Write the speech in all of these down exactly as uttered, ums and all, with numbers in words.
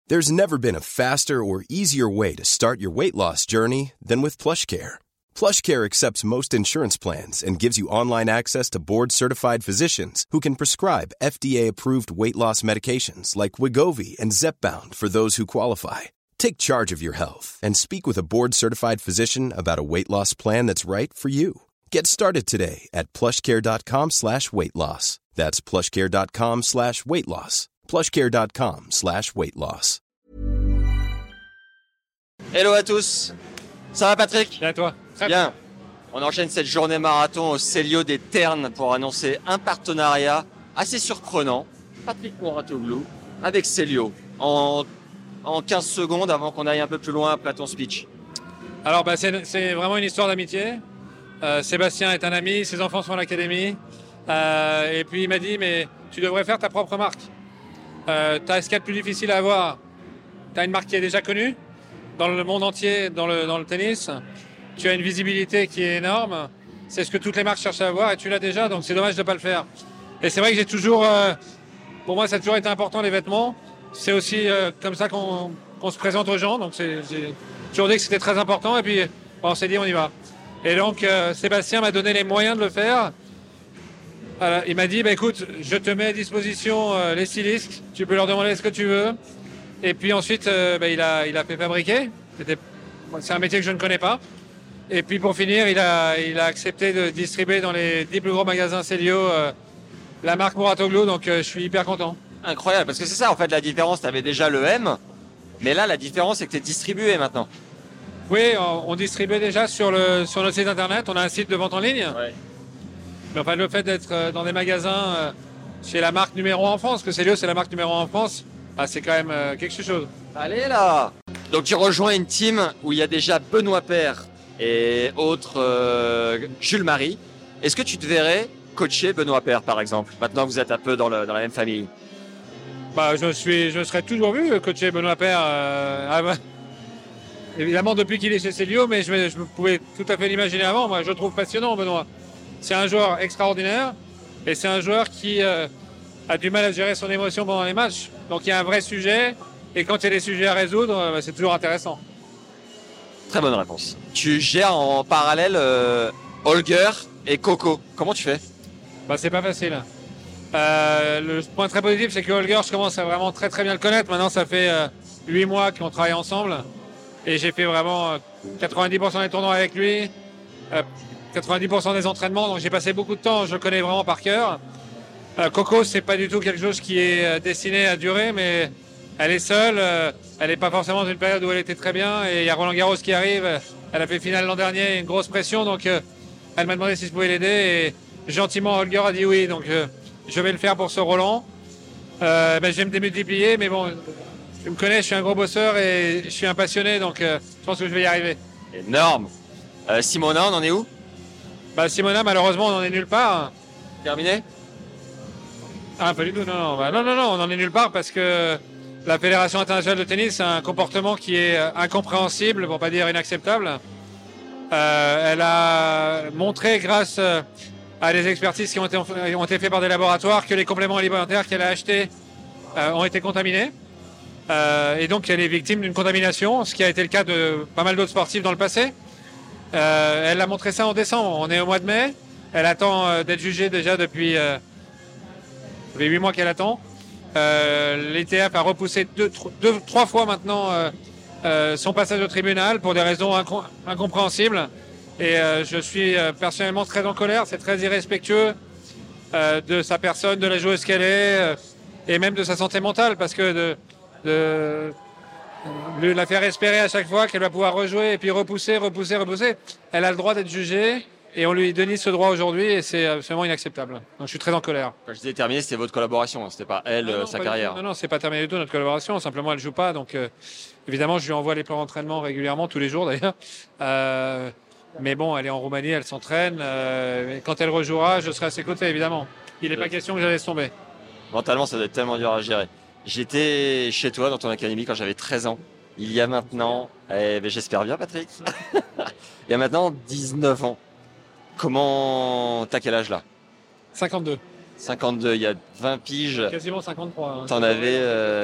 There's never been a faster or easier way to start your weight loss journey than with PlushCare. PlushCare accepts most insurance plans and gives you online access to board-certified physicians who can prescribe F D A-approved weight loss medications like Wegovy and Zepbound for those who qualify. Take charge of your health and speak with a board-certified physician about a weight loss plan that's right for you. Get started today at plushcare.com slash weight loss. That's plushcare.com slash weight loss. plushcare.com slash weight loss. Hello à tous. Ça va Patrick? Bien toi? Très bien. On enchaîne cette journée marathon au Célio des Ternes pour annoncer un partenariat assez surprenant. Patrick Mouratoglou avec Célio. En, en quinze secondes avant qu'on aille un peu plus loin après ton speech. Alors bah, c'est, c'est vraiment une histoire d'amitié. Euh, Sébastien est un ami, ses enfants sont à l'académie. Euh, et puis il m'a dit, mais tu devrais faire ta propre marque. Euh, tu as ce qu'il y a de plus difficile à avoir. Tu as une marque qui est déjà connue dans le monde entier, dans le, dans le tennis. Tu as une visibilité qui est énorme. C'est ce que toutes les marques cherchent à avoir et tu l'as déjà, donc c'est dommage de ne pas le faire. Et c'est vrai que j'ai toujours... Euh, pour moi, ça a toujours été important, les vêtements. C'est aussi euh, comme ça qu'on, qu'on se présente aux gens. Donc c'est, j'ai toujours dit que c'était très important. Et puis, bon, on s'est dit, on y va. Et donc, euh, Sébastien m'a donné les moyens de le faire. Alors, il m'a dit, bah, écoute, je te mets à disposition euh, les stylistes. Tu peux leur demander ce que tu veux. Et puis ensuite, euh, bah, il, a, il a fait fabriquer. C'était, c'est un métier que je ne connais pas. Et puis pour finir, il a, il a accepté de distribuer dans les dix plus gros magasins Célio euh, la marque Mouratoglou. Donc euh, je suis hyper content. Incroyable, parce que c'est ça en fait la différence. Tu avais déjà le M, mais là la différence c'est que tu es distribué maintenant. Oui, on, on distribuait déjà sur, le, sur notre site internet. On a un site de vente en ligne. Ouais. Mais enfin, le fait d'être dans des magasins euh, chez la marque numéro un en France, que Célio c'est la marque numéro un en France, bah, c'est quand même euh, quelque chose. Allez là. Donc tu rejoins une team où il y a déjà Benoît Paire et autres euh, Jules Marie. Est-ce que tu te verrais coacher Benoît Paire par exemple, maintenant que vous êtes un peu dans, le, dans la même famille? Bah, je suis, je serais toujours vu coacher Benoît Paire. Euh, ah, bah, évidemment depuis qu'il est chez Célio, mais je, je pouvais tout à fait l'imaginer avant. Moi, je le trouve passionnant, Benoît. C'est un joueur extraordinaire et c'est un joueur qui euh, a du mal à gérer son émotion pendant les matchs. Donc il y a un vrai sujet et quand il y a des sujets à résoudre, bah, c'est toujours intéressant. Très bonne réponse. Tu gères en parallèle euh, Holger et Coco. Comment tu fais? Bah, c'est pas facile. Euh, le point très positif, c'est que Holger, je commence à vraiment très très bien le connaître. Maintenant, ça fait euh, huit mois qu'on travaille ensemble et j'ai fait vraiment euh, quatre-vingt-dix pour cent des tournois avec lui. Euh, quatre-vingt-dix pour cent des entraînements, donc j'ai passé beaucoup de temps, je le connais vraiment par cœur. Euh, Coco, c'est pas du tout quelque chose qui est euh, destiné à durer, mais elle est seule, euh, elle n'est pas forcément dans une période où elle était très bien, et il y a Roland Garros qui arrive, elle a fait finale l'an dernier, une grosse pression, donc euh, elle m'a demandé si je pouvais l'aider, et gentiment Holger a dit oui, donc euh, je vais le faire pour ce Roland. Euh, ben, je vais me démultiplier, mais bon, tu me connais, je suis un gros bosseur et je suis un passionné, donc euh, je pense que je vais y arriver. Énorme. Euh, Simona, on en est où? Bah, Simona, malheureusement, on n'en est nulle part. Terminé? Ah, pas du tout, non, non. Bah, non, non, non, on n'en est nulle part parce que la Fédération internationale de tennis a un comportement qui est incompréhensible, pour pas dire inacceptable. Euh, elle a montré, grâce à des expertises qui ont été, ont été faites par des laboratoires, que les compléments alimentaires qu'elle a achetés euh, ont été contaminés. Euh, et donc, elle est victime d'une contamination, ce qui a été le cas de pas mal d'autres sportifs dans le passé. Euh, elle a montré ça en décembre. On est au mois de mai. Elle attend euh, d'être jugée déjà depuis euh, les huit mois qu'elle attend. Euh, L'E T F a repoussé deux, deux, trois fois maintenant euh, euh, son passage au tribunal pour des raisons incom- incompréhensibles. Et euh, je suis euh, personnellement très en colère. C'est très irrespectueux euh, de sa personne, de la joueuse qu'elle est, euh, et même de sa santé mentale, parce que de, de la faire espérer à chaque fois qu'elle va pouvoir rejouer et puis repousser, repousser, repousser. Elle a le droit d'être jugée et on lui donne ce droit aujourd'hui et c'est absolument inacceptable. Donc je suis très en colère. Quand je disais terminé, c'était votre collaboration, c'était pas elle, non, non, sa pas carrière. Non, non, c'est pas terminé du tout notre collaboration. Simplement, elle joue pas. Donc euh, évidemment, je lui envoie les plans d'entraînement régulièrement, tous les jours d'ailleurs. Euh, mais bon, elle est en Roumanie, elle s'entraîne. Euh, et quand elle rejouera, je serai à ses côtés, évidemment. Il n'est pas question que je laisse tomber. Mentalement, ça doit être tellement dur à gérer. J'étais chez toi dans ton académie quand j'avais treize ans. Il y a maintenant, eh ben j'espère bien Patrick, il y a maintenant dix-neuf ans. Comment, t'as quel âge là? cinquante-deux. cinquante-deux, il y a vingt piges. Quasiment cinquantre-trois. Hein. T'en avais, euh,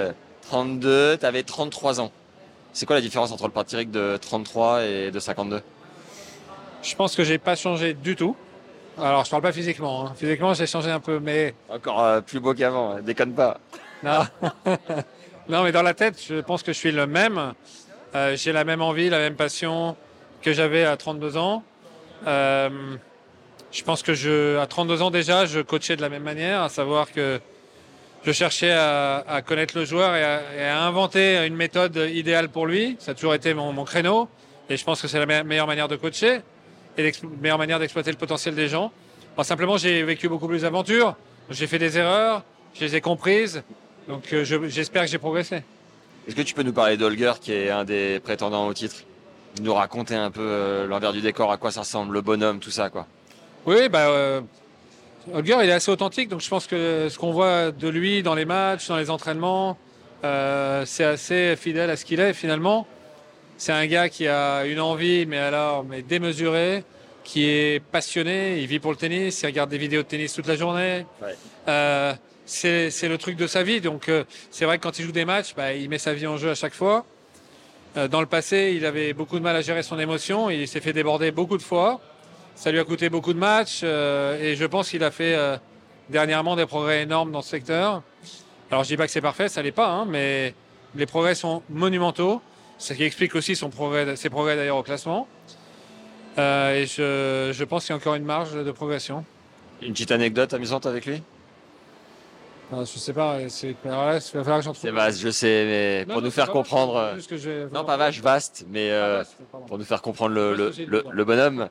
trente-deux, tu avais trente-trois ans. C'est quoi la différence entre le Patrick de trente-trois et de cinquante-deux? Je pense que j'ai pas changé du tout. Alors, je parle pas physiquement. Hein. Physiquement, j'ai changé un peu, mais Encore euh, plus beau qu'avant, hein, déconne pas. non. Non, mais dans la tête, je pense que je suis le même. Euh, j'ai la même envie, la même passion que j'avais à trente-deux ans. Euh, je pense que je, à trente-deux ans déjà, je coachais de la même manière, à savoir que je cherchais à, à connaître le joueur et à, et à inventer une méthode idéale pour lui. Ça a toujours été mon, mon créneau. Et je pense que c'est la me- meilleure manière de coacher et la meilleure manière d'exploiter le potentiel des gens. Bon, simplement, j'ai vécu beaucoup plus d'aventures. J'ai fait des erreurs, je les ai comprises. Donc, euh, je- j'espère que j'ai progressé. Est-ce que tu peux nous parler d'Holger, qui est un des prétendants au titre? Nous raconter un peu euh, l'envers du décor, à quoi ça ressemble, le bonhomme, tout ça, quoi. Oui, bah, euh, Holger, il est assez authentique. Donc, je pense que ce qu'on voit de lui dans les matchs, dans les entraînements, euh, c'est assez fidèle à ce qu'il est finalement. C'est un gars qui a une envie, mais alors, mais démesurée, qui est passionné. Il vit pour le tennis, il regarde des vidéos de tennis toute la journée. Ouais. Euh, c'est, c'est le truc de sa vie. Donc, euh, c'est vrai que quand il joue des matchs, bah, il met sa vie en jeu à chaque fois. Euh, dans le passé, il avait beaucoup de mal à gérer son émotion. Il s'est fait déborder beaucoup de fois. Ça lui a coûté beaucoup de matchs. Euh, et je pense qu'il a fait euh, dernièrement des progrès énormes dans ce secteur. Alors, je dis pas que c'est parfait, ça l'est pas, hein, mais les progrès sont monumentaux. Ce qui explique aussi son progrès, ses progrès d'ailleurs au classement. Euh, et je, je pense qu'il y a encore une marge de progression. Une petite anecdote amusante avec lui? Euh, je sais pas, c'est, alors là, il va falloir que j'en trouve. C'est vaste, je sais, mais Non, pour non, nous c'est faire pas comprendre... vache, euh, c'est juste que j'ai- Non, pas vache, vaste, mais euh, Ah, vache, pardon. pour nous faire comprendre le, Ouais, le, c'est aussi le, dedans. le bonhomme.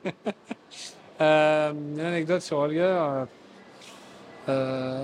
Euh, une anecdote sur Holger. Euh, euh,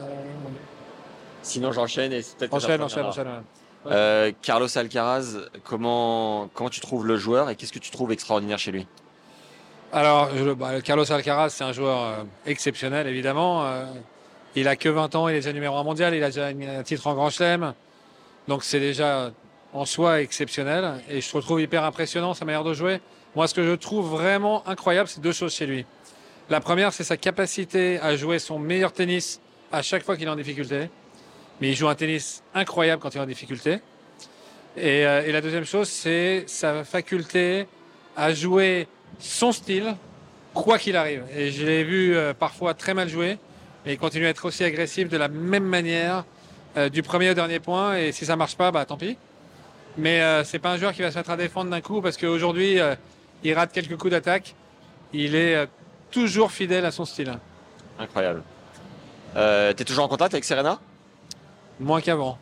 Sinon, j'enchaîne et c'est peut-être que ça enchaîne, enchaîne, reviendra. enchaîne. Ouais. Euh, Carlos Alcaraz, comment, comment tu trouves le joueur et qu'est-ce que tu trouves extraordinaire chez lui? Alors, je- bah, Carlos Alcaraz, c'est un joueur euh, exceptionnel, évidemment. Euh, il a que vingt ans, il est déjà numéro un mondial, il a déjà une- un titre en Grand Chelem. Donc, c'est déjà en soi exceptionnel. Et je trouve hyper impressionnant sa manière de jouer. Moi, ce que je trouve vraiment incroyable, c'est deux choses chez lui. La première, c'est sa capacité à jouer son meilleur tennis à chaque fois qu'il est en difficulté. Mais il joue un tennis incroyable quand il est en difficulté. Et, euh, et la deuxième chose, c'est sa faculté à jouer son style, quoi qu'il arrive. Et je l'ai vu euh, parfois très mal jouer, mais il continue à être aussi agressif de la même manière, euh, du premier au dernier point. Et si ça marche pas, bah tant pis. Mais euh, c'est pas un joueur qui va se mettre à défendre d'un coup, parce qu'aujourd'hui, euh, il rate quelques coups d'attaque. Il est euh, toujours fidèle à son style, Incroyable. Euh, T'es toujours en contact avec Serena? moins qu'avant.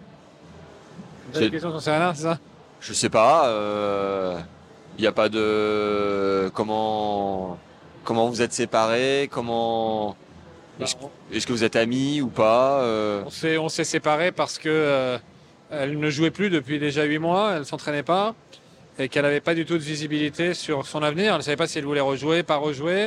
Vous avez C'est- des questions sur Serena, c'est ça? Je sais pas. Il n'y a pas de... Comment, comment vous êtes séparés? Comment... Est-ce, est-ce que vous êtes amis ou pas? euh On s'est, on s'est séparés parce que euh, elle ne jouait plus depuis déjà huit mois, elle s'entraînait pas et qu'elle n'avait pas du tout de visibilité sur son avenir. Elle ne savait pas si elle voulait rejouer, pas rejouer,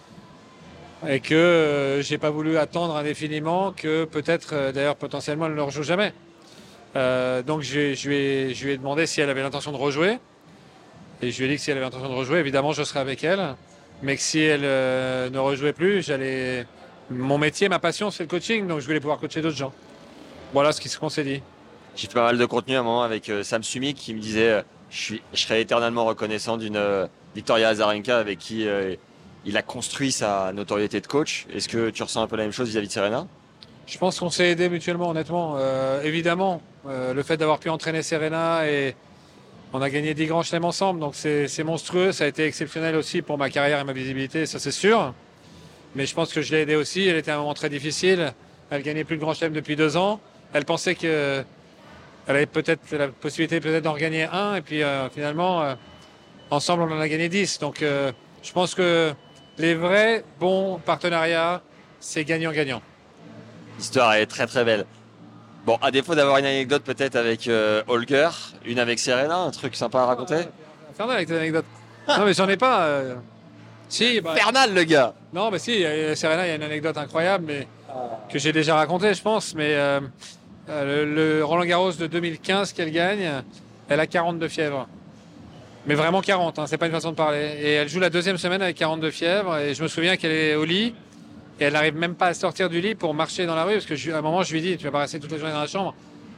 et que euh, j'ai pas voulu attendre indéfiniment que peut-être, euh, d'ailleurs potentiellement, elle ne rejoue jamais. Euh, donc je, je, lui ai, je lui ai demandé si elle avait l'intention de rejouer, et je lui ai dit que si elle avait l'intention de rejouer, évidemment, je serais avec elle, mais que si elle euh, ne rejouait plus, j'allais. Mon métier, ma passion, c'est le coaching, donc je voulais pouvoir coacher d'autres gens. Voilà ce qui- ce qu'on s'est dit. J'ai fait pas mal de contenu à un moment avec euh, Sam Sumik qui me disait euh, je, suis, je serais éternellement reconnaissant d'une euh, Victoria Azarenka avec qui euh, il a construit sa notoriété de coach. Est-ce que tu ressens un peu la même chose vis-à-vis de Serena? Je pense qu'on s'est aidés mutuellement, honnêtement. Euh, évidemment, euh, le fait d'avoir pu entraîner Serena, et on a gagné dix grands chelems ensemble, donc c'est c'est monstrueux. Ça a été exceptionnel aussi pour ma carrière et ma visibilité, ça c'est sûr. Mais je pense que je l'ai aidée aussi. Elle était à un moment très difficile. Elle gagnait plus de grands chelems depuis deux ans. Elle pensait que elle avait peut-être la possibilité peut-être d'en gagner un, et puis euh, finalement, euh, ensemble, on en a gagné dix. Donc, euh, je pense que les vrais bons partenariats, c'est gagnant-gagnant. L'histoire est très très belle. Bon, à défaut d'avoir une anecdote peut-être avec euh, Holger, une avec Serena, un truc sympa à raconter? Infernal avec tes anecdotes. Non, mais j'en ai pas. euh. Si, bah, Infernal le gars! non, mais si, euh, Serena, il y a une anecdote incroyable, mais que j'ai déjà racontée, je pense. Mais euh, euh, le, le Roland Garros de deux mille quinze qu'elle gagne, elle a quarante-deux fièvres. Mais vraiment quarante, hein, c'est pas une façon de parler. Et elle joue la deuxième semaine avec quarante-deux fièvres. Et je me souviens qu'elle est au lit. Et elle n'arrive même pas à sortir du lit pour marcher dans la rue. Parce que je- à un moment, je lui dis, tu vas pas rester toute la journée dans la chambre.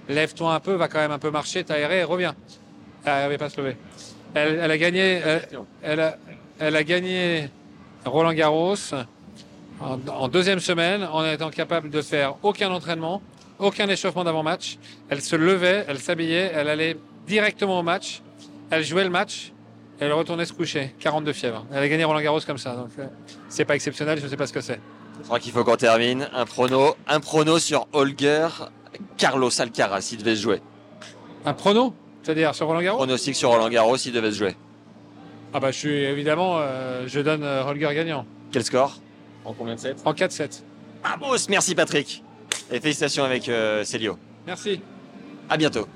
lève-toi un peu, va quand même un peu marcher, t'aérer et reviens. Ah, elle ne pas se lever. Elle, elle a gagné, elle, elle, a, elle a gagné Roland Garros en, en deuxième semaine en étant capable de faire aucun entraînement, aucun échauffement d'avant-match. Elle se levait, elle s'habillait, elle allait directement au match, elle jouait le match, et elle retournait se coucher. quarante-deux fièvres. Elle a gagné Roland Garros comme ça, donc euh, c'est pas exceptionnel, je ne sais pas ce que c'est. Je crois qu'il faut qu'on termine. Un prono, un prono sur Holger Carlos Alcaraz, s'il devait se jouer. Un prono? C'est-à-dire sur Roland Garros? Pronostic sur Roland Garros, s'il devait se jouer. Ah bah je suis évidemment, euh, je donne euh, Holger gagnant. Quel score? En combien de sets? En quatre sept. Vamos, merci Patrick. Et félicitations avec euh, Célio. Merci. À bientôt.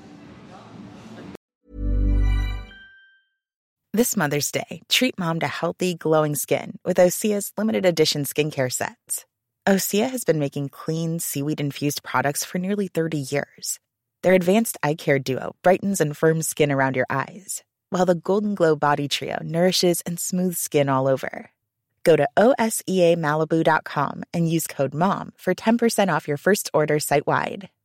This Mother's Day, treat mom to healthy, glowing skin with Osea's limited edition skincare sets. Osea has been making clean, seaweed-infused products for nearly thirty years. Their advanced eye care duo brightens and firms skin around your eyes, while the Golden Glow Body Trio nourishes and smooths skin all over. Go to O S E A Malibu dot com and use code MOM for ten percent off your first order site-wide.